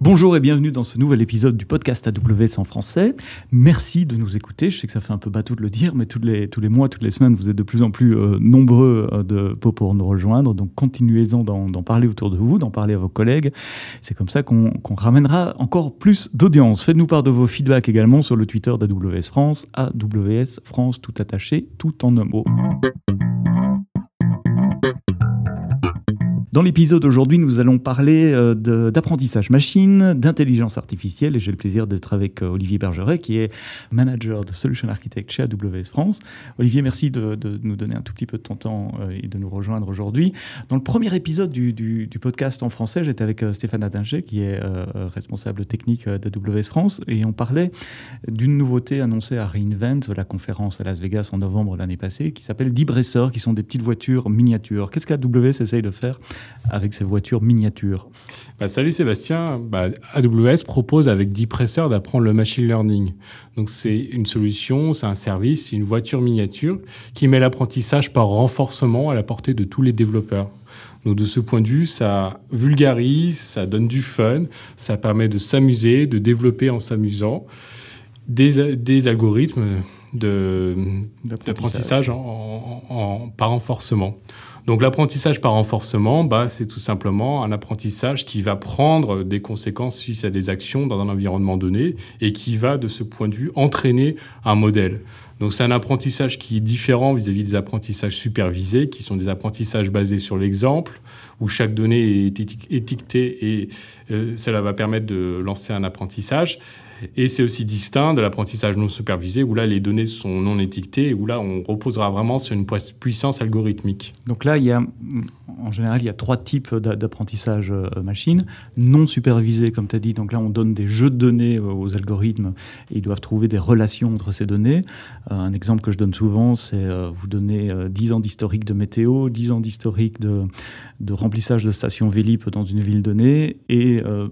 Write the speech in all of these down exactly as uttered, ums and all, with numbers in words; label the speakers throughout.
Speaker 1: Bonjour et bienvenue dans ce nouvel épisode du podcast A W S en français. Merci de nous écouter. Je sais que ça fait un peu bateau de le dire, mais tous les, tous les mois, toutes les semaines, vous êtes de plus en plus euh, nombreux euh, de, pour nous rejoindre. Donc continuez-en d'en, d'en parler autour de vous, d'en parler à vos collègues. C'est comme ça qu'on, qu'on ramènera encore plus d'audience. Faites-nous part de vos feedbacks également sur le Twitter d'A W S France, A W S France tout attaché, tout en un mot. Dans l'épisode d'aujourd'hui, nous allons parler euh, de, d'apprentissage machine, d'intelligence artificielle, et j'ai le plaisir d'être avec euh, Olivier Bergeret, qui est manager de Solution Architect chez A W S France. Olivier, merci de, de nous donner un tout petit peu de ton temps euh, et de nous rejoindre aujourd'hui. Dans le premier épisode du, du, du podcast en français, j'étais avec euh, Stéphane Adinger, qui est euh, responsable technique euh, d'A W S France, et on parlait d'une nouveauté annoncée à re:Invent, la conférence à Las Vegas en novembre l'année passée, qui s'appelle D-Bresser, qui sont des petites voitures miniatures. Qu'est-ce qu'A W S essaye de faire avec ces voitures miniatures?
Speaker 2: Bah, salut Sébastien, bah, A W S propose avec D-Bresser d'apprendre le machine learning. Donc c'est une solution, c'est un service, c'est une voiture miniature qui met l'apprentissage par renforcement à la portée de tous les développeurs. Donc de ce point de vue, ça vulgarise, ça donne du fun, ça permet de s'amuser, de développer en s'amusant des, des algorithmes de, d'apprentissage, d'apprentissage en, en, en, par renforcement. Donc l'apprentissage par renforcement, bah, c'est tout simplement un apprentissage qui va prendre des conséquences suite à des actions dans un environnement donné et qui va, de ce point de vue, entraîner un modèle. Donc c'est un apprentissage qui est différent vis-à-vis des apprentissages supervisés, qui sont des apprentissages basés sur l'exemple, où chaque donnée est étiquetée et euh, cela va permettre de lancer un apprentissage. Et c'est aussi distinct de l'apprentissage non supervisé, où là, les données sont non étiquetées, et où là, on reposera vraiment sur une puissance algorithmique.
Speaker 1: Donc là, il y a, en général, il y a trois types d'apprentissage machine. Non supervisé, comme tu as dit. Donc là, on donne des jeux de données aux algorithmes, et ils doivent trouver des relations entre ces données. Euh, un exemple que je donne souvent, c'est euh, vous donnez euh, dix ans d'historique de météo, dix ans d'historique de, de remplissage de stations Vélib dans une ville donnée, et... Euh,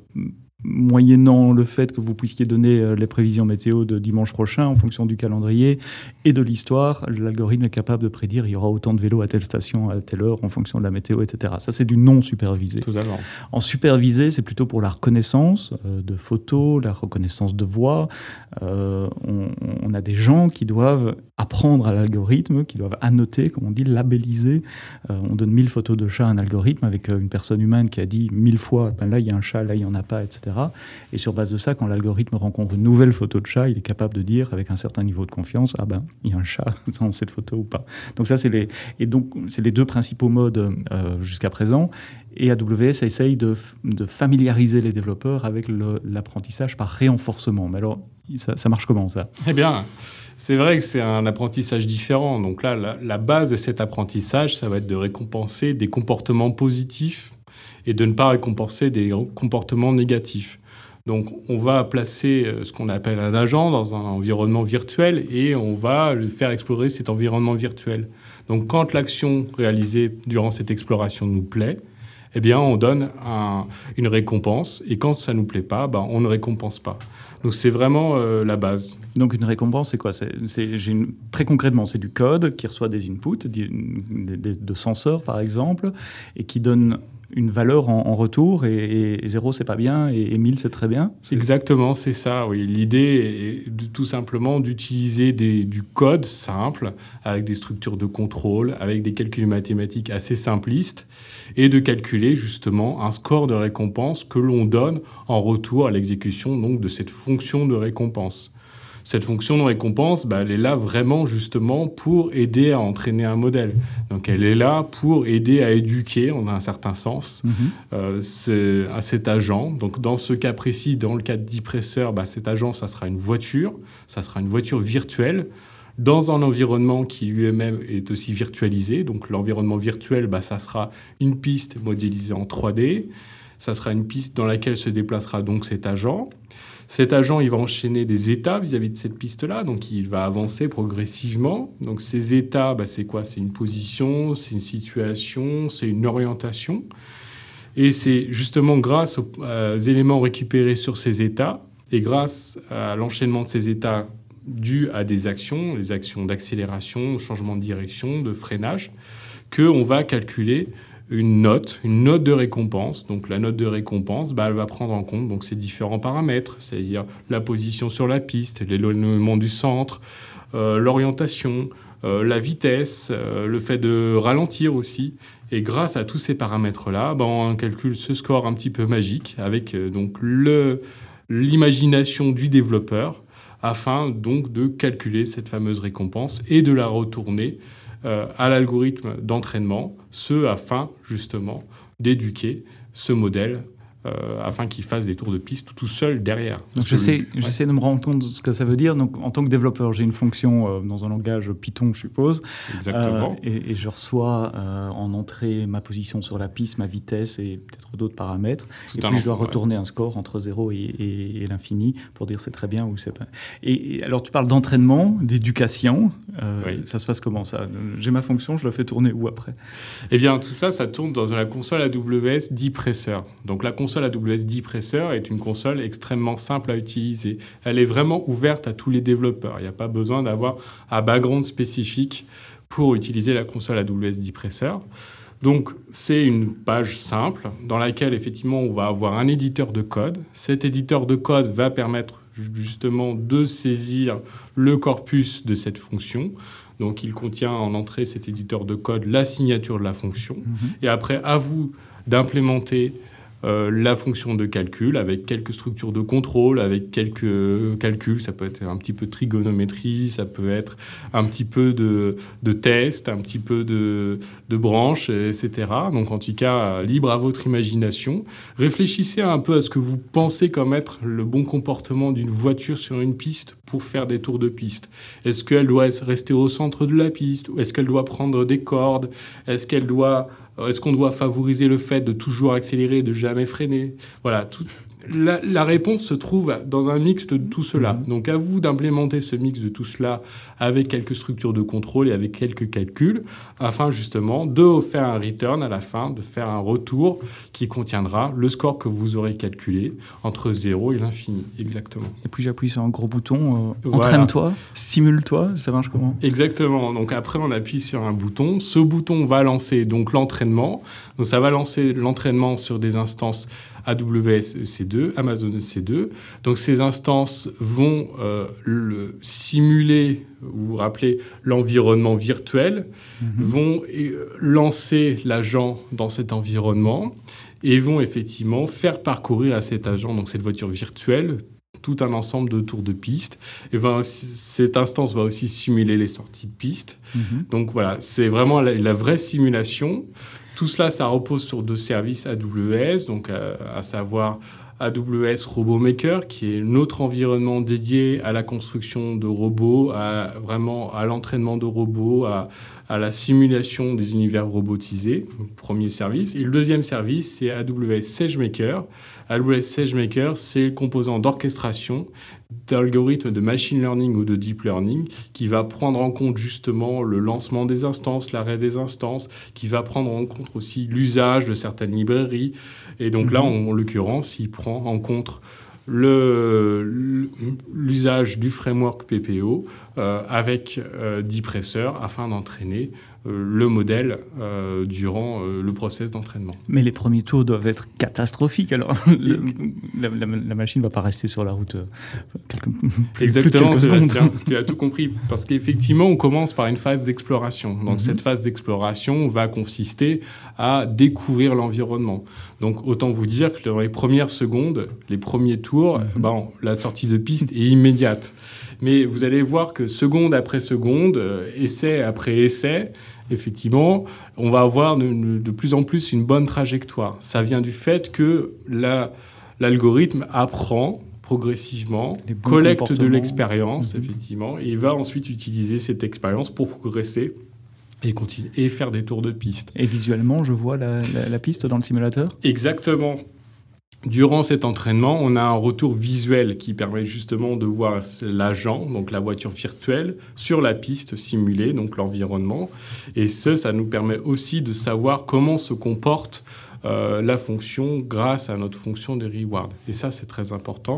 Speaker 1: moyennant le fait que vous puissiez donner les prévisions météo de dimanche prochain en fonction du calendrier et de l'histoire, l'algorithme est capable de prédire il y aura autant de vélos à telle station à telle heure en fonction de la météo, et cetera. Ça, c'est du non supervisé.
Speaker 2: Totalement.
Speaker 1: En supervisé, c'est plutôt pour la reconnaissance euh, de photos, la reconnaissance de voix. Euh, on, on a des gens qui doivent apprendre à l'algorithme, qui doivent annoter, comme on dit, labelliser. Euh, on donne mille photos de chats à un algorithme avec une personne humaine qui a dit mille fois ben là, il y a un chat, là, il n'y en a pas, et cetera. Et sur base de ça, quand l'algorithme rencontre une nouvelle photo de chat, il est capable de dire, avec un certain niveau de confiance, ah ben, il y a un chat dans cette photo ou pas. Donc ça, c'est les, et donc, c'est les deux principaux modes euh, jusqu'à présent. Et A W S essaye de, de familiariser les développeurs avec le, l'apprentissage par réenforcement. Mais alors, ça, ça marche comment, ça?
Speaker 2: Eh bien, c'est vrai que c'est un apprentissage différent. Donc là, la, la base de cet apprentissage, ça va être de récompenser des comportements positifs et de ne pas récompenser des comportements négatifs. Donc, on va placer ce qu'on appelle un agent dans un environnement virtuel et on va le faire explorer cet environnement virtuel. Donc, quand l'action réalisée durant cette exploration nous plaît, eh bien, on donne un, une récompense. Et quand ça ne nous plaît pas, ben, on ne récompense pas. Donc, c'est vraiment euh, la base.
Speaker 1: Donc, une récompense, c'est quoi? c'est, c'est, j'ai une, Très concrètement, c'est du code qui reçoit des inputs, de, de, de senseurs, par exemple, et qui donne une valeur en, en retour, et, et zéro, c'est pas bien, et, et mille, c'est très bien. C'est...
Speaker 2: Exactement, c'est ça, oui. L'idée est de, tout simplement d'utiliser des, du code simple, avec des structures de contrôle, avec des calculs mathématiques assez simplistes, et de calculer justement un score de récompense que l'on donne en retour à l'exécution donc, de cette fonction de récompense. Cette fonction de récompense, bah, elle est là vraiment justement pour aider à entraîner un modèle. Donc elle est là pour aider à éduquer, en un certain sens, mm-hmm. euh, c'est, à cet agent. Donc dans ce cas précis, dans le cas de D-Bresser, bah, cet agent, ça sera une voiture, ça sera une voiture virtuelle, dans un environnement qui lui-même est aussi virtualisé. Donc l'environnement virtuel, bah, ça sera une piste modélisée en trois D, ça sera une piste dans laquelle se déplacera donc cet agent. Cet agent, il va enchaîner des états vis-à-vis de cette piste-là, donc il va avancer progressivement. Donc ces états, bah, c'est quoi? C'est une position, c'est une situation, c'est une orientation. Et c'est justement grâce aux euh, éléments récupérés sur ces états et grâce à l'enchaînement de ces états dus à des actions, les actions d'accélération, changement de direction, de freinage, qu'on va calculer une note, une note de récompense. Donc la note de récompense, bah, elle va prendre en compte donc, ces différents paramètres, c'est-à-dire la position sur la piste, l'éloignement du centre, euh, l'orientation, euh, la vitesse, euh, le fait de ralentir aussi. Et grâce à tous ces paramètres-là, bah, on calcule ce score un petit peu magique avec euh, donc, le, l'imagination du développeur afin donc de calculer cette fameuse récompense et de la retourner euh, à l'algorithme d'entraînement, ce afin justement d'éduquer ce modèle euh, afin qu'il fasse des tours de piste tout seul derrière.
Speaker 1: Donc j'essaie, le... j'essaie de me rendre compte de ce que ça veut dire. Donc, en tant que développeur, j'ai une fonction euh, dans un langage Python, je suppose.
Speaker 2: Exactement.
Speaker 1: Euh, et, et je reçois euh, en entrée ma position sur la piste, ma vitesse et peut-être d'autres paramètres. Tout et puis je dois retourner ouais. un score entre zéro et, et, et l'infini pour dire c'est très bien ou c'est pas. Et, et alors tu parles d'entraînement, d'éducation. Euh, oui. Ça se passe comment ça ? J'ai ma fonction, je la fais tourner où après ?
Speaker 2: Eh bien tout ça, ça tourne dans la console A W S dPressor. Donc la console A W S dPressor est une console extrêmement simple à utiliser. Elle est vraiment ouverte à tous les développeurs. Il n'y a pas besoin d'avoir un background spécifique pour utiliser la console A W S dPressor. Donc, c'est une page simple dans laquelle, effectivement, on va avoir un éditeur de code. Cet éditeur de code va permettre justement de saisir le corpus de cette fonction. Donc, il contient en entrée, cet éditeur de code, la signature de la fonction. Mm-hmm. Et après, à vous d'implémenter Euh, la fonction de calcul avec quelques structures de contrôle, avec quelques calculs. Ça peut être un petit peu de trigonométrie, ça peut être un petit peu de, de test, un petit peu de, de branches, et cetera. Donc, en tout cas, libre à votre imagination. Réfléchissez un peu à ce que vous pensez comme être le bon comportement d'une voiture sur une piste pour faire des tours de piste. Est-ce qu'elle doit rester au centre de la piste ? Ou est-ce qu'elle doit prendre des cordes ? Est-ce qu'elle doit... Est-ce qu'on doit favoriser le fait de toujours accélérer, de jamais freiner ? Voilà, tout, la, la réponse se trouve dans un mix de tout cela. Mmh. Donc, à vous d'implémenter ce mix de tout cela avec quelques structures de contrôle et avec quelques calculs, afin justement de faire un return à la fin, de faire un retour qui contiendra le score que vous aurez calculé entre zéro et l'infini, exactement.
Speaker 1: Et puis, j'appuie sur un gros bouton, euh, voilà. Entraîne-toi, simule-toi, ça marche comment ?
Speaker 2: Exactement. Donc, après, on appuie sur un bouton. Ce bouton va lancer donc l'entraînement. Donc, ça va lancer l'entraînement sur des instances A W S E C deux, Amazon E C deux. Donc, ces instances vont euh, le simuler, vous vous rappelez, l'environnement virtuel, mmh. vont euh, lancer l'agent dans cet environnement et vont effectivement faire parcourir à cet agent, donc cette voiture virtuelle, tout un ensemble de tours de piste. Et ben, cette instance va aussi simuler les sorties de piste. Mmh. Donc voilà, c'est vraiment la, la vraie simulation. Tout cela, ça repose sur deux services A W S, donc à, à savoir A W S RoboMaker, qui est notre environnement dédié à la construction de robots, à, vraiment à l'entraînement de robots, à, à la simulation des univers robotisés, premier service. Et le deuxième service, c'est A W S SageMaker. A W S SageMaker, c'est le composant d'orchestration d'algorithmes de machine learning ou de deep learning qui va prendre en compte justement le lancement des instances, l'arrêt des instances, qui va prendre en compte aussi l'usage de certaines librairies. Et donc mmh. là, en, en l'occurrence, il prend en compte le, l'usage du framework P P O euh, avec euh, dPressor afin d'entraîner euh, le modèle euh, durant euh, le process d'entraînement.
Speaker 1: Mais les premiers tours doivent être catastrophiques alors. le, la, la, la machine ne va pas rester sur la route euh, quelques,
Speaker 2: Exactement,
Speaker 1: plus de quelques
Speaker 2: Sébastien, tu as tout compris. Parce qu'effectivement, on commence par une phase d'exploration. Donc, mm-hmm. cette phase d'exploration va consister à découvrir l'environnement. Donc, autant vous dire que dans les premières secondes, les premiers tours, mm-hmm. ben, la sortie de piste est immédiate. Mais vous allez voir que seconde après seconde, euh, essai après essai, effectivement, on va avoir de, de plus en plus une bonne trajectoire. Ça vient du fait que la, l'algorithme apprend progressivement, collecte de l'expérience, mmh. effectivement, et va ensuite utiliser cette expérience pour progresser et continuer et faire des tours de piste.
Speaker 1: Et visuellement, je vois la, la, la piste dans le simulateur ?
Speaker 2: Exactement. Durant cet entraînement, on a un retour visuel qui permet justement de voir l'agent, donc la voiture virtuelle, sur la piste simulée, donc l'environnement. Et ce, ça nous permet aussi de savoir comment se comporte euh, la fonction grâce à notre fonction de reward. Et ça, c'est très important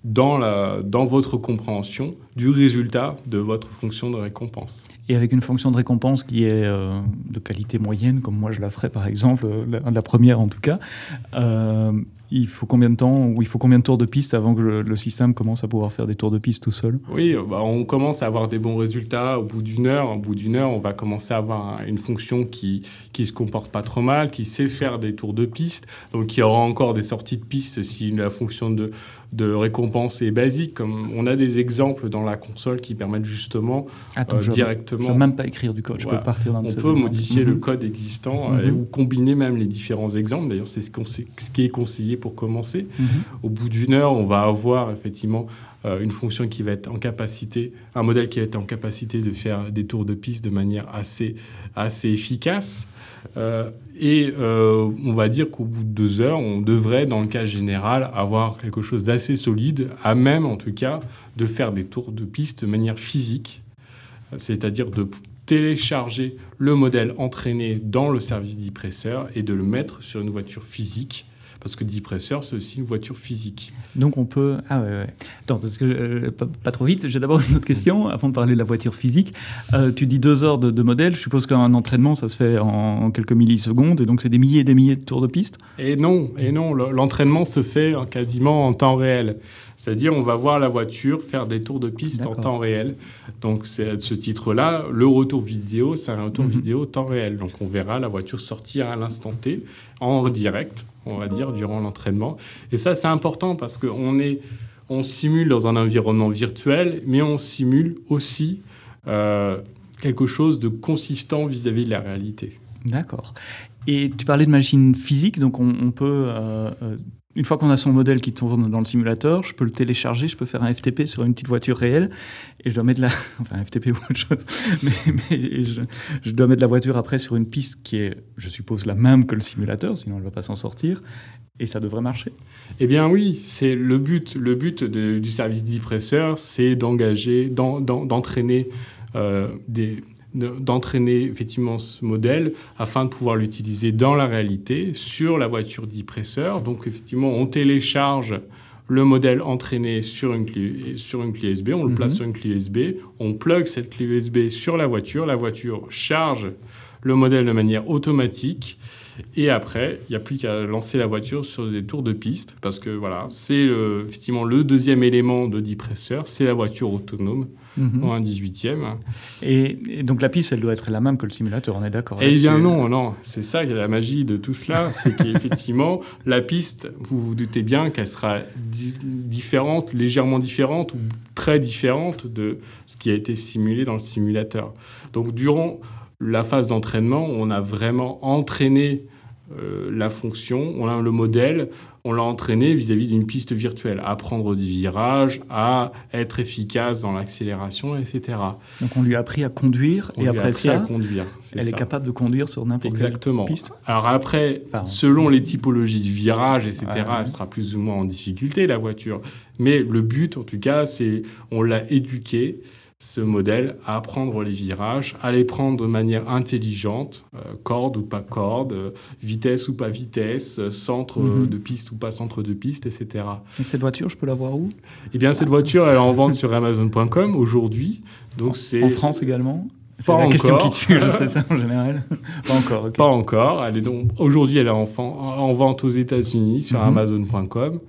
Speaker 2: dans, la, dans votre compréhension du résultat de votre fonction de récompense.
Speaker 1: Et avec une fonction de récompense qui est euh, de qualité moyenne, comme moi je la ferais par exemple, la, la première en tout cas, euh, il faut combien de temps ou il faut combien de tours de piste avant que le, le système commence à pouvoir faire des tours de piste tout seul?
Speaker 2: Oui, bah on commence à avoir des bons résultats au bout d'une heure. Au bout d'une heure, on va commencer à avoir une fonction qui qui se comporte pas trop mal, qui sait faire des tours de piste. Donc, il y aura encore des sorties de piste si la fonction de de récompense est basique. Comme on a des exemples dans la console qui permettent justement
Speaker 1: Attends,
Speaker 2: euh,
Speaker 1: je
Speaker 2: directement.
Speaker 1: Je ne vais même pas écrire du code. Je
Speaker 2: Voilà.
Speaker 1: peux partir dans.
Speaker 2: On
Speaker 1: cet
Speaker 2: peut
Speaker 1: exemple.
Speaker 2: modifier
Speaker 1: Mm-hmm.
Speaker 2: le code existant
Speaker 1: Mm-hmm.
Speaker 2: euh, ou combiner même les différents exemples. D'ailleurs, c'est ce, qu'on sait, ce qui est conseillé pour commencer.
Speaker 1: Mm-hmm.
Speaker 2: Au bout d'une heure, on va avoir effectivement euh, une fonction qui va être en capacité, un modèle qui va être en capacité de faire des tours de piste de manière assez, assez efficace. Euh, et euh, on va dire qu'au bout de deux heures, on devrait, dans le cas général, avoir quelque chose d'assez solide, à même en tout cas de faire des tours de piste de manière physique, c'est-à-dire de télécharger le modèle entraîné dans le service d'e-presseur et de le mettre sur une voiture physique. Parce que d'e-presseur, c'est aussi une voiture physique.
Speaker 1: Donc on peut... Ah ouais, ouais. Attends, parce que, euh, pas, pas trop vite, j'ai d'abord une autre question, avant de parler de la voiture physique. Euh, tu dis deux heures de, de modèle, je suppose qu'un entraînement, ça se fait en, en quelques millisecondes, et donc c'est des milliers et des milliers de tours de piste? Et
Speaker 2: non, et non, l'entraînement se fait quasiment en temps réel. C'est-à-dire, on va voir la voiture faire des tours de piste D'accord. en temps réel. Donc, c'est à ce titre-là, le retour vidéo, c'est un retour mmh. vidéo temps réel. Donc, on verra la voiture sortir à l'instant T, en direct, on va dire, durant l'entraînement. Et ça, c'est important parce qu'on est, on simule dans un environnement virtuel, mais on simule aussi euh, quelque chose de consistant vis-à-vis de la réalité.
Speaker 1: D'accord. Et tu parlais de machine physique, donc on, on peut... Euh, euh, Une fois qu'on a son modèle qui tourne dans le simulateur, je peux le télécharger, je peux faire un F T P sur une petite voiture réelle et je dois mettre la... Enfin, un F T P ou autre chose. Mais, mais je, je dois mettre la voiture après sur une piste qui est, je suppose, la même que le simulateur, sinon elle ne va pas s'en sortir. Et ça devrait marcher.
Speaker 2: Eh bien oui, c'est le but. Le but de, du service d'e-presseur, c'est d'engager, d'en, d'en, d'entraîner euh, des... d'entraîner effectivement ce modèle afin de pouvoir l'utiliser dans la réalité sur la voiture d'e-presseur. Donc effectivement, on télécharge le modèle entraîné sur une clé, sur une clé U S B, on le mm-hmm. place sur une clé U S B, on plug cette clé U S B sur la voiture, la voiture charge le modèle de manière automatique. Et après, il n'y a plus qu'à lancer la voiture sur des tours de piste parce que voilà, c'est le, effectivement le deuxième élément de d'e-presseur, c'est la voiture autonome mmh. en un dix-huitième.
Speaker 1: Et, et donc la piste, elle doit être la même que le simulateur, on est d'accord?
Speaker 2: Eh bien non, non, c'est ça qui est la magie de tout cela, c'est qu'effectivement, la piste, vous vous doutez bien qu'elle sera di- différente, légèrement différente ou très différente de ce qui a été simulé dans le simulateur. Donc durant la phase d'entraînement, on a vraiment entraîné euh, la fonction, on a le modèle, on l'a entraîné vis-à-vis d'une piste virtuelle, à prendre des virages, à être efficace dans l'accélération, et cetera.
Speaker 1: Donc on lui a appris à conduire,
Speaker 2: on
Speaker 1: et après ça,
Speaker 2: à conduire,
Speaker 1: elle ça. est capable de conduire sur n'importe
Speaker 2: Exactement.
Speaker 1: quelle piste.
Speaker 2: Alors après, Pardon. selon les typologies de virages, et cetera, ouais, ouais. elle sera plus ou moins en difficulté, la voiture. Mais le but, en tout cas, c'est on l'a éduqué, ce modèle, à prendre les virages, à les prendre de manière intelligente, euh, corde ou pas corde, euh, vitesse ou pas vitesse, euh, centre mm-hmm. de piste ou pas centre de piste, et cetera.
Speaker 1: Et cette voiture, je peux la voir où?
Speaker 2: Eh bien, cette voiture, elle est en vente sur Amazon point com aujourd'hui. Donc
Speaker 1: en,
Speaker 2: c'est...
Speaker 1: en France également? C'est
Speaker 2: pas
Speaker 1: la
Speaker 2: encore.
Speaker 1: question qui tue, je sais ça en général. Pas encore. Okay.
Speaker 2: Pas encore. Elle est donc... Aujourd'hui, elle est en, en vente aux États-Unis sur mm-hmm. Amazon point com.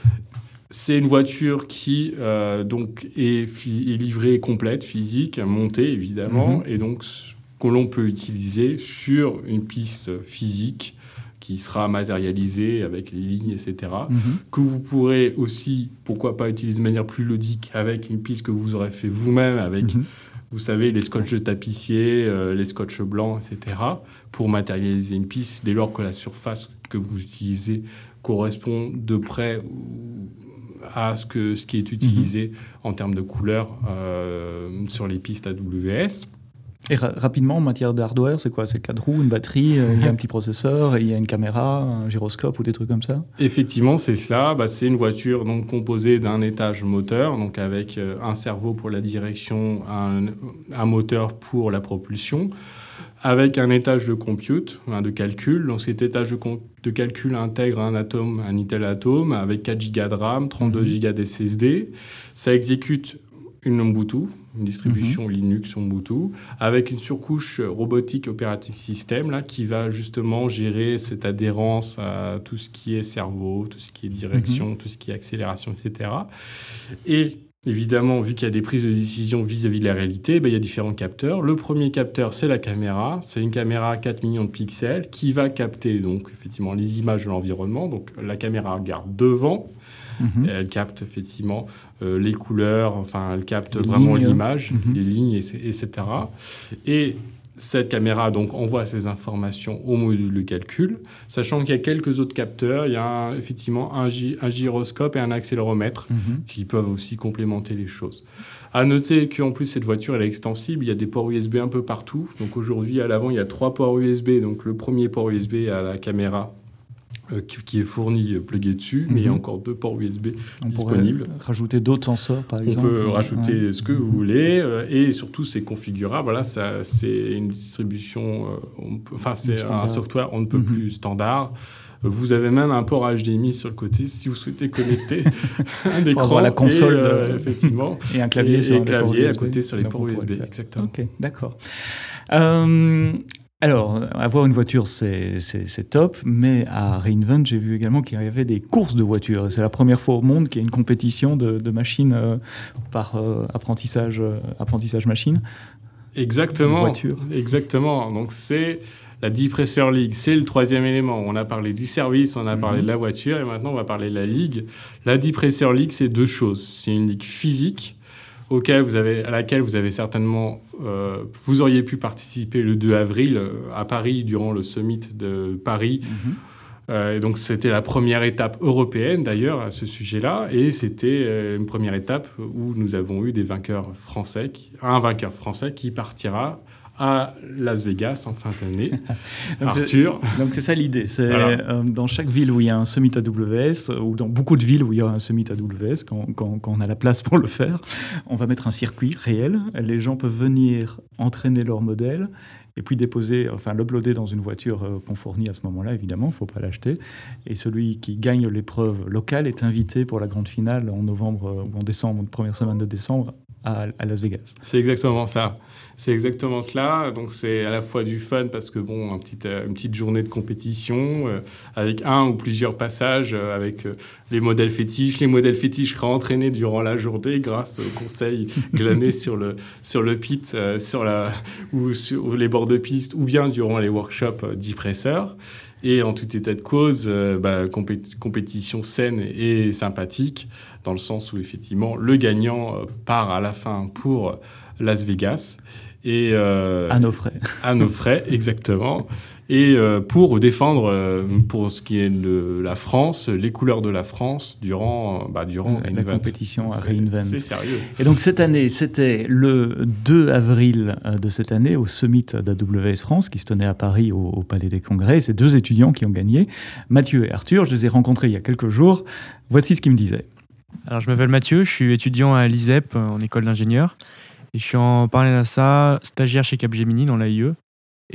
Speaker 2: C'est une voiture qui euh, donc est, fi- est livrée complète, physique, montée évidemment, mmh. et donc que l'on peut utiliser sur une piste physique qui sera matérialisée avec les lignes, et cetera. Mmh. Que vous pourrez aussi, pourquoi pas, utiliser de manière plus ludique avec une piste que vous aurez fait vous-même avec, mmh. vous savez, les scotch de tapissier, euh, les scotch blancs, et cetera, pour matérialiser une piste dès lors que la surface que vous utilisez correspond de près ou à ce, que, ce qui est utilisé mmh. en termes de couleurs euh, sur les pistes A W S.
Speaker 1: Et ra- rapidement, en matière d'hardware, c'est quoi? C'est quatre roues, une batterie, euh, il y a un petit processeur, il y a une caméra, un gyroscope ou des trucs comme ça?
Speaker 2: Effectivement, c'est cela. Bah, c'est une voiture donc, composée d'un étage moteur, donc avec euh, un cerveau pour la direction, un, un moteur pour la propulsion, avec un étage de compute, de calcul. Donc cet étage de, com- de calcul intègre un Atom, un Intel Atom avec quatre gigas de RAM, trente-deux gigas d'S S D. Ça exécute une Ubuntu, une distribution mm-hmm. Linux Ubuntu, avec une surcouche robotique operating system là, qui va justement gérer cette adhérence à tout ce qui est cerveau, tout ce qui est direction, mm-hmm. tout ce qui est accélération, et cetera. Et évidemment, vu qu'il y a des prises de décision vis-à-vis de la réalité, ben, il y a différents capteurs. Le premier capteur, c'est la caméra. C'est une caméra à quatre millions de pixels qui va capter donc, effectivement, les images de l'environnement. Donc la caméra regarde devant. Mmh. Elle capte effectivement euh, les couleurs, enfin elle capte les vraiment lignes. l'image, mmh. les lignes, et cetera. Et cette caméra donc envoie ces informations au module de calcul, sachant qu'il y a quelques autres capteurs. Il y a un, effectivement un, gy- un gyroscope et un accéléromètre mmh. qui peuvent aussi complémenter les choses. À noter qu'en plus cette voiture elle est extensible, il y a des ports U S B un peu partout. Donc aujourd'hui à l'avant il y a trois ports U S B. Donc le premier port U S B à la caméra Euh, qui est fourni, euh, plugué dessus, mm-hmm. mais il y a encore deux ports U S B
Speaker 1: on
Speaker 2: disponibles.
Speaker 1: On pourrait rajouter d'autres senseurs, par
Speaker 2: on
Speaker 1: exemple.
Speaker 2: On peut rajouter ouais. ce que mm-hmm. vous voulez, euh, et surtout, c'est configurable. Voilà, ça, c'est une distribution, euh, on peut, enfin, c'est un software on ne peut mm-hmm. plus standard. Vous avez même un port H D M I sur le côté si vous souhaitez connecter un écran,
Speaker 1: la console,
Speaker 2: et, euh, effectivement,
Speaker 1: et un clavier,
Speaker 2: et,
Speaker 1: sur
Speaker 2: et
Speaker 1: un
Speaker 2: clavier à côté sur les ports U S B. Exactement.
Speaker 1: Ok, d'accord. Euh, Alors, avoir une voiture, c'est, c'est, c'est top, mais à Reinvent, j'ai vu également qu'il y avait des courses de voitures. C'est la première fois au monde qu'il y a une compétition de, de machines euh, par euh, apprentissage, euh, apprentissage machine.
Speaker 2: Exactement. Voiture. Exactement. Donc, c'est la D-Presser League, c'est le troisième élément. On a parlé du service, on a parlé mm-hmm. de la voiture, et maintenant, on va parler de la ligue. La D-Presser League, c'est deux choses. C'est une ligue physique, auquel vous avez, à laquelle vous avez certainement, euh, vous auriez pu participer le deux avril euh, à Paris durant le summit de Paris. Mm-hmm. Euh, et donc c'était la première étape européenne d'ailleurs à ce sujet-là, et c'était euh, une première étape où nous avons eu des vainqueurs français, qui, un vainqueur français qui partira à Las Vegas en fin d'année. donc Arthur.
Speaker 1: C'est, donc c'est ça l'idée. C'est voilà. euh, dans chaque ville où il y a un summit A W S, ou dans beaucoup de villes où il y a un summit A W S, quand, quand, quand on a la place pour le faire, on va mettre un circuit réel. Les gens peuvent venir entraîner leur modèle et puis déposer, enfin l'uploader dans une voiture euh, qu'on fournit à ce moment-là, évidemment, il ne faut pas l'acheter. Et celui qui gagne l'épreuve locale est invité pour la grande finale en novembre euh, ou en décembre, première semaine de décembre, à, à Las Vegas.
Speaker 2: C'est exactement ça. C'est exactement cela. Donc c'est à la fois du fun parce que bon, un petit, euh, une petite journée de compétition euh, avec un ou plusieurs passages euh, avec euh, les modèles fétiches. Les modèles fétiches seraient entraînés durant la journée grâce aux conseils glanés sur le sur le pit, euh, sur la ou sur les bords de piste, ou bien durant les workshops euh, d'e-presser. Et en tout état de cause, euh, bah, compé- compétition saine et sympathique, dans le sens où effectivement le gagnant euh, part à la fin pour Las Vegas. Et, euh,
Speaker 1: à nos frais.
Speaker 2: À nos frais, exactement. Et euh, pour défendre, euh, pour ce qui est de la France, les couleurs de la France durant, bah, durant
Speaker 1: la, la compétition à
Speaker 2: c'est,
Speaker 1: Reinvent.
Speaker 2: C'est sérieux.
Speaker 1: Et donc cette année, c'était le deux avril de cette année au Summit d'A W S France qui se tenait à Paris au, au Palais des Congrès. C'est deux étudiants qui ont gagné, Mathieu et Arthur. Je les ai rencontrés il y a quelques jours. Voici ce qu'ils me disaient.
Speaker 3: Alors je m'appelle Mathieu, je suis étudiant à l'I S E P en école d'ingénieur. Et je suis en parallèle à ça stagiaire chez Capgemini dans l'A I E.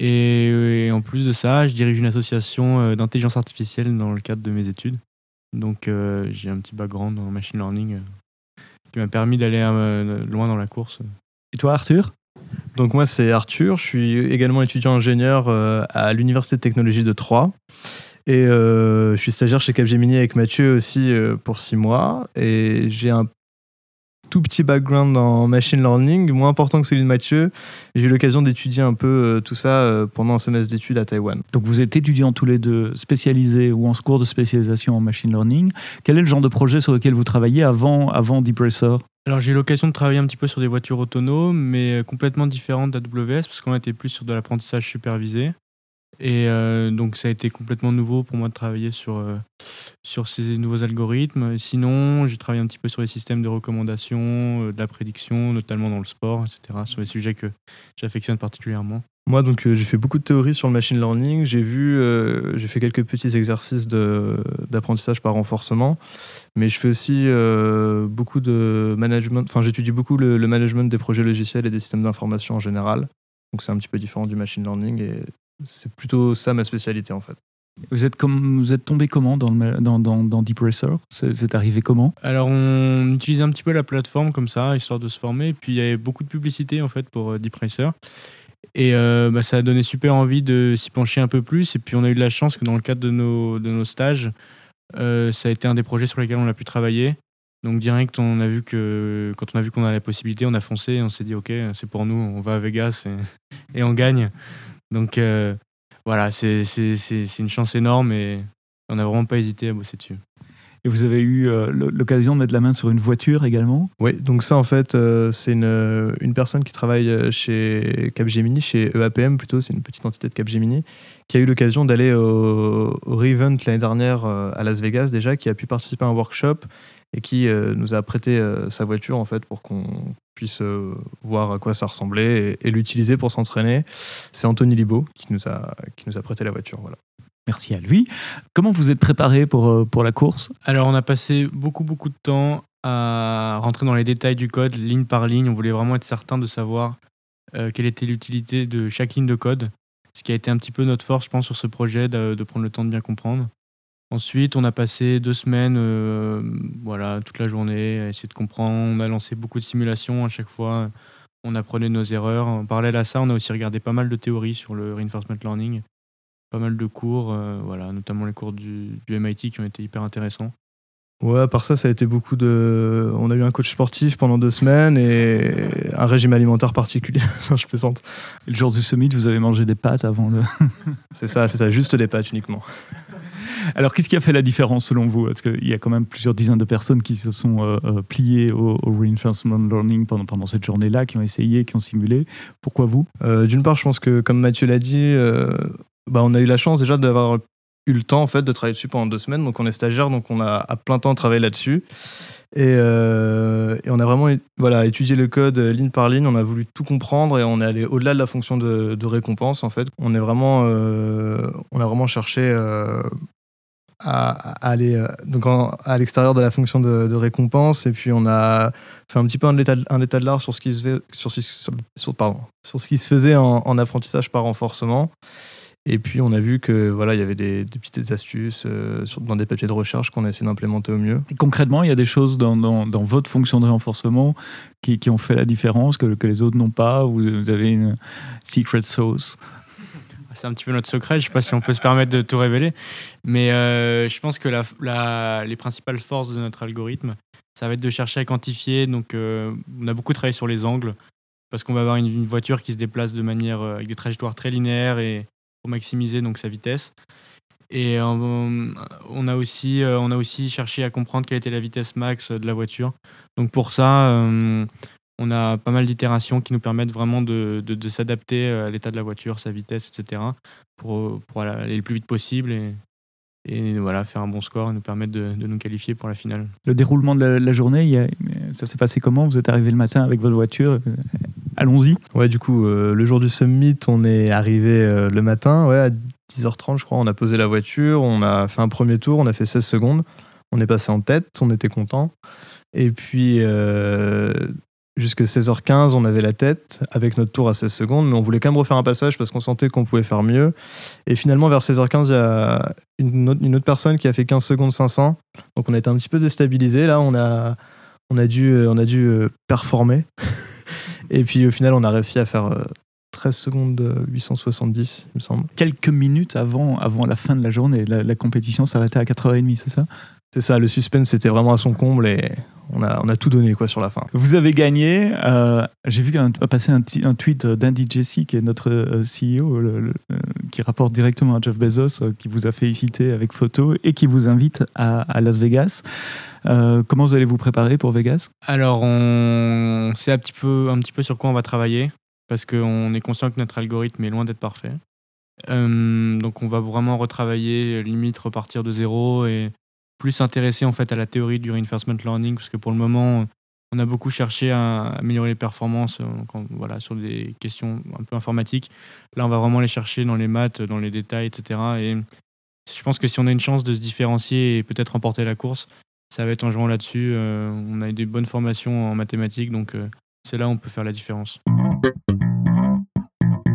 Speaker 3: Et, et en plus de ça, je dirige une association d'intelligence artificielle dans le cadre de mes études. Donc euh, j'ai un petit background en machine learning euh, qui m'a permis d'aller euh, loin dans la course.
Speaker 1: Et toi Arthur ?
Speaker 4: Donc moi c'est Arthur, je suis également étudiant ingénieur euh, à l'Université de technologie de Troyes. Et euh, je suis stagiaire chez Capgemini avec Mathieu aussi euh, pour six mois. Et j'ai un tout petit background en machine learning, moins important que celui de Mathieu. J'ai eu l'occasion d'étudier un peu euh, tout ça euh, pendant un semestre d'études à Taïwan.
Speaker 1: Donc vous êtes étudiants tous les deux spécialisés ou en cours de spécialisation en machine learning. Quel est le genre de projet sur lequel vous travaillez avant, avant D-Presser ?
Speaker 3: Alors j'ai eu l'occasion de travailler un petit peu sur des voitures autonomes, mais complètement différentes d'A W S, parce qu'on était plus sur de l'apprentissage supervisé. Et euh, donc ça a été complètement nouveau pour moi de travailler sur, euh, sur ces nouveaux algorithmes. Sinon, j'ai travaillé un petit peu sur les systèmes de recommandation, euh, de la prédiction, notamment dans le sport, et cetera, sur les sujets que j'affectionne particulièrement.
Speaker 4: Moi, donc, euh, j'ai fait beaucoup de théories sur le machine learning. J'ai vu, euh, j'ai fait quelques petits exercices de, d'apprentissage par renforcement, mais je fais aussi euh, beaucoup de management. Enfin, j'étudie beaucoup le, le management des projets logiciels et des systèmes d'information en général. Donc c'est un petit peu différent du machine learning et c'est plutôt ça ma spécialité en fait.
Speaker 1: Vous êtes, comme, vous êtes tombé comment dans, le, dans, dans, dans Deep Racer ? c'est, c'est arrivé comment ?
Speaker 3: Alors on utilisait un petit peu la plateforme comme ça, histoire de se former. Et puis il y avait beaucoup de publicité en fait pour euh, Deep Racer. Et euh, bah, ça a donné super envie de s'y pencher un peu plus. Et puis on a eu de la chance que dans le cadre de nos, de nos stages, euh, ça a été un des projets sur lesquels on a pu travailler. Donc direct, on a vu que, quand on a vu qu'on avait la possibilité, on a foncé et on s'est dit ok, c'est pour nous, on va à Vegas et, et on gagne. Donc euh, voilà, c'est, c'est, c'est, c'est une chance énorme et on n'a vraiment pas hésité à bosser dessus.
Speaker 1: Et vous avez eu euh, l'occasion de mettre la main sur une voiture également ?
Speaker 4: Oui, donc ça en fait, euh, c'est une, une personne qui travaille chez Capgemini, chez E A P M plutôt, c'est une petite entité de Capgemini, qui a eu l'occasion d'aller au, au Re-Event l'année dernière euh, à Las Vegas déjà, qui a pu participer à un workshop et qui euh, nous a prêté euh, sa voiture en fait pour qu'on puisse euh, voir à quoi ça ressemblait et, et l'utiliser pour s'entraîner. C'est Anthony Libaud qui nous a, qui nous a prêté la voiture, voilà.
Speaker 1: Merci à lui. Comment vous êtes préparé pour, pour la course ?
Speaker 3: Alors, on a passé beaucoup, beaucoup de temps à rentrer dans les détails du code, ligne par ligne. On voulait vraiment être certain de savoir euh, quelle était l'utilité de chaque ligne de code, ce qui a été un petit peu notre force, je pense, sur ce projet, de, de prendre le temps de bien comprendre. Ensuite, on a passé deux semaines, euh, voilà, toute la journée, à essayer de comprendre. On a lancé beaucoup de simulations à chaque fois. On apprenait nos erreurs. En parallèle à ça, on a aussi regardé pas mal de théories sur le reinforcement learning. Pas mal de cours, euh, voilà, notamment les cours du, du M I T qui ont été hyper intéressants.
Speaker 4: Ouais, à part ça, ça a été beaucoup de... On a eu un coach sportif pendant deux semaines et un régime alimentaire particulier. Non, je plaisante.
Speaker 1: Le jour du summit, vous avez mangé des pâtes avant le...
Speaker 4: C'est ça, c'est ça, juste des pâtes uniquement.
Speaker 1: Alors, qu'est-ce qui a fait la différence selon vous ? Parce qu'il y a quand même plusieurs dizaines de personnes qui se sont euh, pliées au, au reinforcement learning pendant, pendant cette journée-là, qui ont essayé, qui ont simulé. Pourquoi vous ?
Speaker 4: euh, D'une part, je pense que, comme Mathieu l'a dit... Euh... Bah, on a eu la chance déjà d'avoir eu le temps en fait, de travailler dessus pendant deux semaines. Donc on est stagiaire, donc on a à plein temps travaillé là-dessus. Et, euh, et on a vraiment voilà, étudié le code ligne par ligne. On a voulu tout comprendre et on est allé au-delà de la fonction de, de récompense. En fait. On, est vraiment, euh, on a vraiment cherché euh, à, à aller euh, donc en, à l'extérieur de la fonction de, de récompense. Et puis on a fait un petit peu un état, un état de l'art sur ce qui se, fait, sur, sur, sur, pardon, sur ce qui se faisait en, en apprentissage par renforcement. Et puis on a vu que voilà, il y avait des, des petites astuces euh, sur, dans des papiers de recherche qu'on a essayé d'implémenter au mieux.
Speaker 1: Et concrètement, il y a des choses dans, dans, dans votre fonction de renforcement qui, qui ont fait la différence, que, que les autres n'ont pas. Vous, vous avez une secret sauce.
Speaker 3: C'est un petit peu notre secret, je ne sais pas si on peut se permettre de tout révéler, mais euh, je pense que la, la, les principales forces de notre algorithme, ça va être de chercher à quantifier. Donc euh, on a beaucoup travaillé sur les angles, parce qu'on va avoir une, une voiture qui se déplace de manière, euh, avec des trajectoires très linéaires et pour maximiser donc sa vitesse. Et euh, on a aussi euh, on a aussi cherché à comprendre quelle était la vitesse max de la voiture. Donc pour ça, euh, on a pas mal d'itérations qui nous permettent vraiment de, de, de s'adapter à l'état de la voiture, sa vitesse, et cetera, pour, pour aller le plus vite possible et, et voilà, faire un bon score et nous permettre de, de nous qualifier pour la finale.
Speaker 1: Le déroulement de la, la journée, il y a, ça s'est passé comment ? Vous êtes arrivé le matin avec votre voiture ? Allons-y.
Speaker 4: Ouais, du coup, euh, le jour du summit, on est arrivé euh, le matin, ouais, à dix heures trente, je crois. On a posé la voiture, on a fait un premier tour, on a fait seize secondes. On est passé en tête, on était content. Et puis, euh, jusqu'à seize heures quinze, on avait la tête avec notre tour à seize secondes, mais on voulait quand même refaire un passage parce qu'on sentait qu'on pouvait faire mieux. Et finalement, vers seize heures quinze, il y a une autre, une autre personne qui a fait quinze secondes cinq cents. Donc, on a été un petit peu déstabilisé. Là, on a, on a dû, on a dû performer. Et puis au final, on a réussi à faire euh, treize secondes huit cent soixante-dix, il me semble.
Speaker 1: Quelques minutes avant, avant la fin de la journée, la, la compétition s'arrêtait à quatre heures trente, c'est ça ?
Speaker 4: C'est ça, le suspense était vraiment à son comble et on a, on a tout donné quoi, sur la fin.
Speaker 1: Vous avez gagné. Euh, j'ai vu qu'un passer un, un tweet d'Andy Jassy, qui est notre euh, C E O, le, le, euh, qui rapporte directement à Jeff Bezos, euh, qui vous a félicité avec photo et qui vous invite à, à Las Vegas. Euh, comment vous allez vous préparer pour Vegas ?
Speaker 3: Alors, on sait un petit peu, un petit peu sur quoi on va travailler, parce qu'on est conscient que notre algorithme est loin d'être parfait. Euh, donc, on va vraiment retravailler, limite repartir de zéro et plus s'intéresser en fait à la théorie du reinforcement learning, parce que pour le moment, on a beaucoup cherché à améliorer les performances quand, voilà, sur des questions un peu informatiques. Là, on va vraiment les chercher dans les maths, dans les détails, et cetera. Et je pense que si on a une chance de se différencier et peut-être remporter la course, ça va être en jouant là-dessus. Euh, on a eu des bonnes formations en mathématiques, donc euh, c'est là où on peut faire la différence.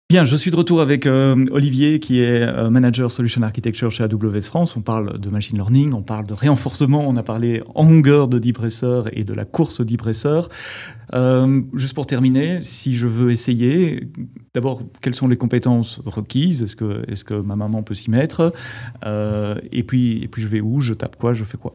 Speaker 1: Bien, je suis de retour avec euh, Olivier, qui est euh, Manager Solution Architecture chez A W S France. On parle de machine learning, on parle de réenforcement, on a parlé en longueur de depresseur et de la course au depresseur. Euh, juste pour terminer, si je veux essayer, d'abord, quelles sont les compétences requises ? Est-ce que, est-ce que ma maman peut s'y mettre ? euh, et, puis, et puis, je vais où ? Je tape quoi ? Je fais quoi ?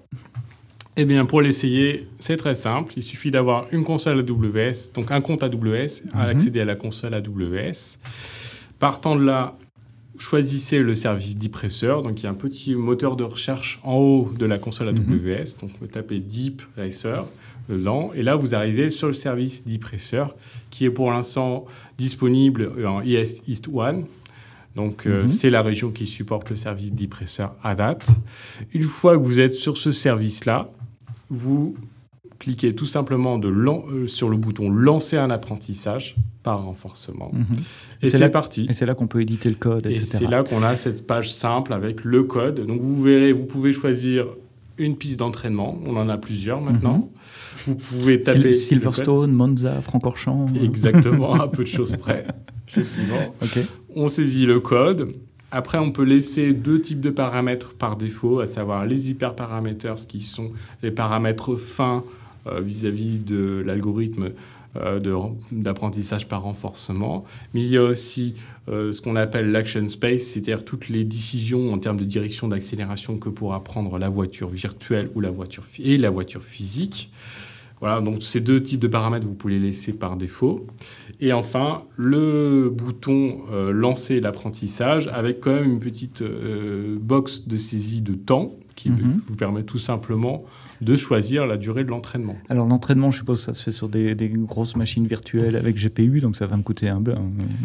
Speaker 2: Eh bien, pour l'essayer, c'est très simple. Il suffit d'avoir une console A W S, donc un compte A W S, à accéder à la console A W S. Partant de là, choisissez le service depresseur. Donc, il y a un petit moteur de recherche en haut de la console A W S. Donc, vous tapez Deep Racer dedans. Et là, vous arrivez sur le service depresseur qui est pour l'instant disponible en E S East un. Donc, euh, mm-hmm. c'est la région qui supporte le service depresseur à date. Une fois que vous êtes sur ce service-là, vous cliquez tout simplement de lan- euh, sur le bouton « Lancer un apprentissage » par renforcement.
Speaker 1: Mm-hmm.
Speaker 2: Et,
Speaker 1: et
Speaker 2: c'est,
Speaker 1: c'est là,
Speaker 2: parti.
Speaker 1: Et c'est là qu'on peut éditer le code, et
Speaker 2: et
Speaker 1: cetera.
Speaker 2: Et c'est là qu'on a cette page simple avec le code. Donc, vous verrez, vous pouvez choisir une piste d'entraînement. On en a plusieurs maintenant. Mm-hmm. Vous pouvez taper...
Speaker 1: Silverstone, Monza, Francorchamps.
Speaker 2: Exactement, à peu de choses près. Effectivement.
Speaker 1: Okay.
Speaker 2: On saisit le code. Après, on peut laisser deux types de paramètres par défaut, à savoir les hyperparameters, qui sont les paramètres fins euh, vis-à-vis de l'algorithme euh, de, d'apprentissage par renforcement. Mais il y a aussi euh, ce qu'on appelle l'action space, c'est-à-dire toutes les décisions en termes de direction d'accélération que pourra prendre la voiture virtuelle ou la voiture fi- et la voiture physique. Voilà, donc ces deux types de paramètres, vous pouvez les laisser par défaut. Et enfin, le bouton euh, « Lancer l'apprentissage » avec quand même une petite euh, box de saisie de temps qui mm-hmm. vous permet tout simplement de choisir la durée de l'entraînement.
Speaker 1: Alors l'entraînement, je suppose que ça se fait sur des, des grosses machines virtuelles avec G P U, donc ça va me coûter un, un,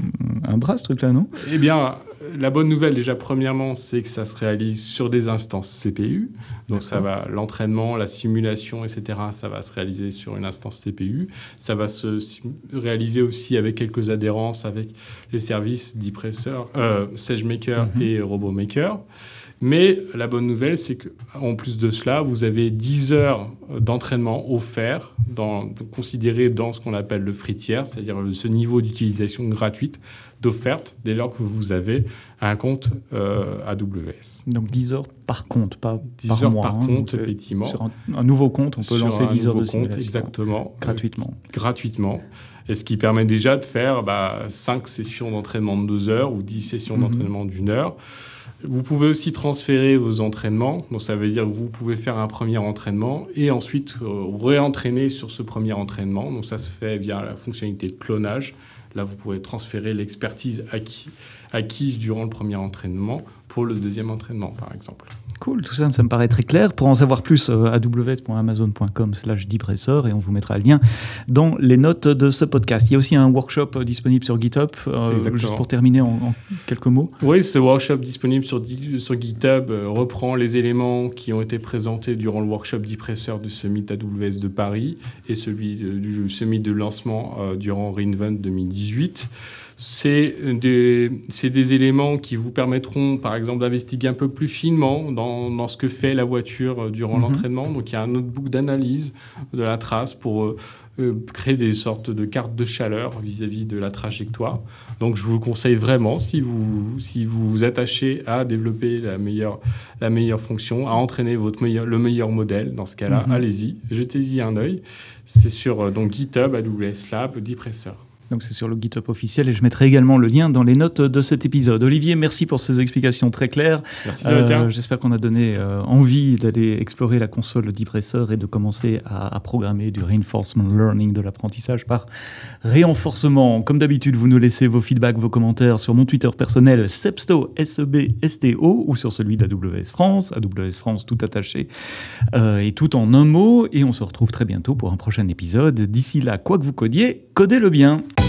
Speaker 1: un bras ce truc-là, non ?
Speaker 2: Eh bien, la bonne nouvelle déjà premièrement, c'est que ça se réalise sur des instances C P U. Donc ça va, l'entraînement, la simulation, et cetera, ça va se réaliser sur une instance C P U. Ça va se réaliser aussi avec quelques adhérences avec les services depresseur, euh, SageMaker mm-hmm. et RoboMaker. Mais la bonne nouvelle, c'est qu'en plus de cela, vous avez dix heures d'entraînement offert, dans, considéré dans ce qu'on appelle le free tier, c'est-à-dire ce niveau d'utilisation gratuite d'offerte dès lors que vous avez un compte euh, A W S.
Speaker 1: Donc dix heures par compte, pas
Speaker 2: dix
Speaker 1: par
Speaker 2: heures
Speaker 1: mois.
Speaker 2: par
Speaker 1: hein,
Speaker 2: compte, effectivement.
Speaker 1: Sur un, un nouveau compte, on peut
Speaker 2: sur
Speaker 1: lancer dix heures de
Speaker 2: compte,
Speaker 1: simulation.
Speaker 2: Exactement.
Speaker 1: Gratuitement.
Speaker 2: Euh, gratuitement. Et ce qui permet déjà de faire bah, cinq sessions d'entraînement de deux heures ou dix sessions mm-hmm. d'entraînement d'une heure. Vous pouvez aussi transférer vos entraînements. Donc, ça veut dire que vous pouvez faire un premier entraînement et ensuite euh, réentraîner sur ce premier entraînement. Donc, ça se fait via la fonctionnalité de clonage. Là, vous pouvez transférer l'expertise acquis, acquise durant le premier entraînement pour le deuxième entraînement, par exemple.
Speaker 1: Cool, tout ça, ça me paraît très clair. Pour en savoir plus, euh, a w s point amazon point com slash depressor et on vous mettra le lien dans les notes de ce podcast. Il y a aussi un workshop euh, disponible sur GitHub, euh, juste pour terminer en, en quelques mots.
Speaker 2: Oui, ce workshop disponible sur, sur GitHub euh, reprend les éléments qui ont été présentés durant le workshop depresseur du Summit A W S de Paris et celui de, du Summit de lancement euh, durant reInvent deux mille dix-huit. C'est des, c'est des éléments qui vous permettront, par exemple, d'investiguer un peu plus finement dans, dans ce que fait la voiture durant mmh. l'entraînement. Donc, il y a un notebook d'analyse de la trace pour euh, euh, créer des sortes de cartes de chaleur vis-à-vis de la trajectoire. Donc, je vous le conseille vraiment si vous si vous, vous attachez à développer la meilleure, la meilleure fonction, à entraîner votre meilleur, le meilleur modèle. Dans ce cas-là, mmh. allez-y, jetez-y un œil. C'est sur euh, donc, GitHub, A W S Lab, depressor.
Speaker 1: Donc c'est sur le GitHub officiel et je mettrai également le lien dans les notes de cet épisode. Olivier, merci pour ces explications très claires.
Speaker 2: Merci, euh,
Speaker 1: j'espère qu'on a donné euh, envie d'aller explorer la console depresseur et de commencer à, à programmer du reinforcement learning, de l'apprentissage par réenforcement. Comme d'habitude, vous nous laissez vos feedbacks, vos commentaires sur mon Twitter personnel Sebsto, S E B S T O, ou sur celui d'A W S France, A W S France tout attaché euh, et tout en un mot. Et on se retrouve très bientôt pour un prochain épisode. D'ici là, quoi que vous codiez, codez-le bien.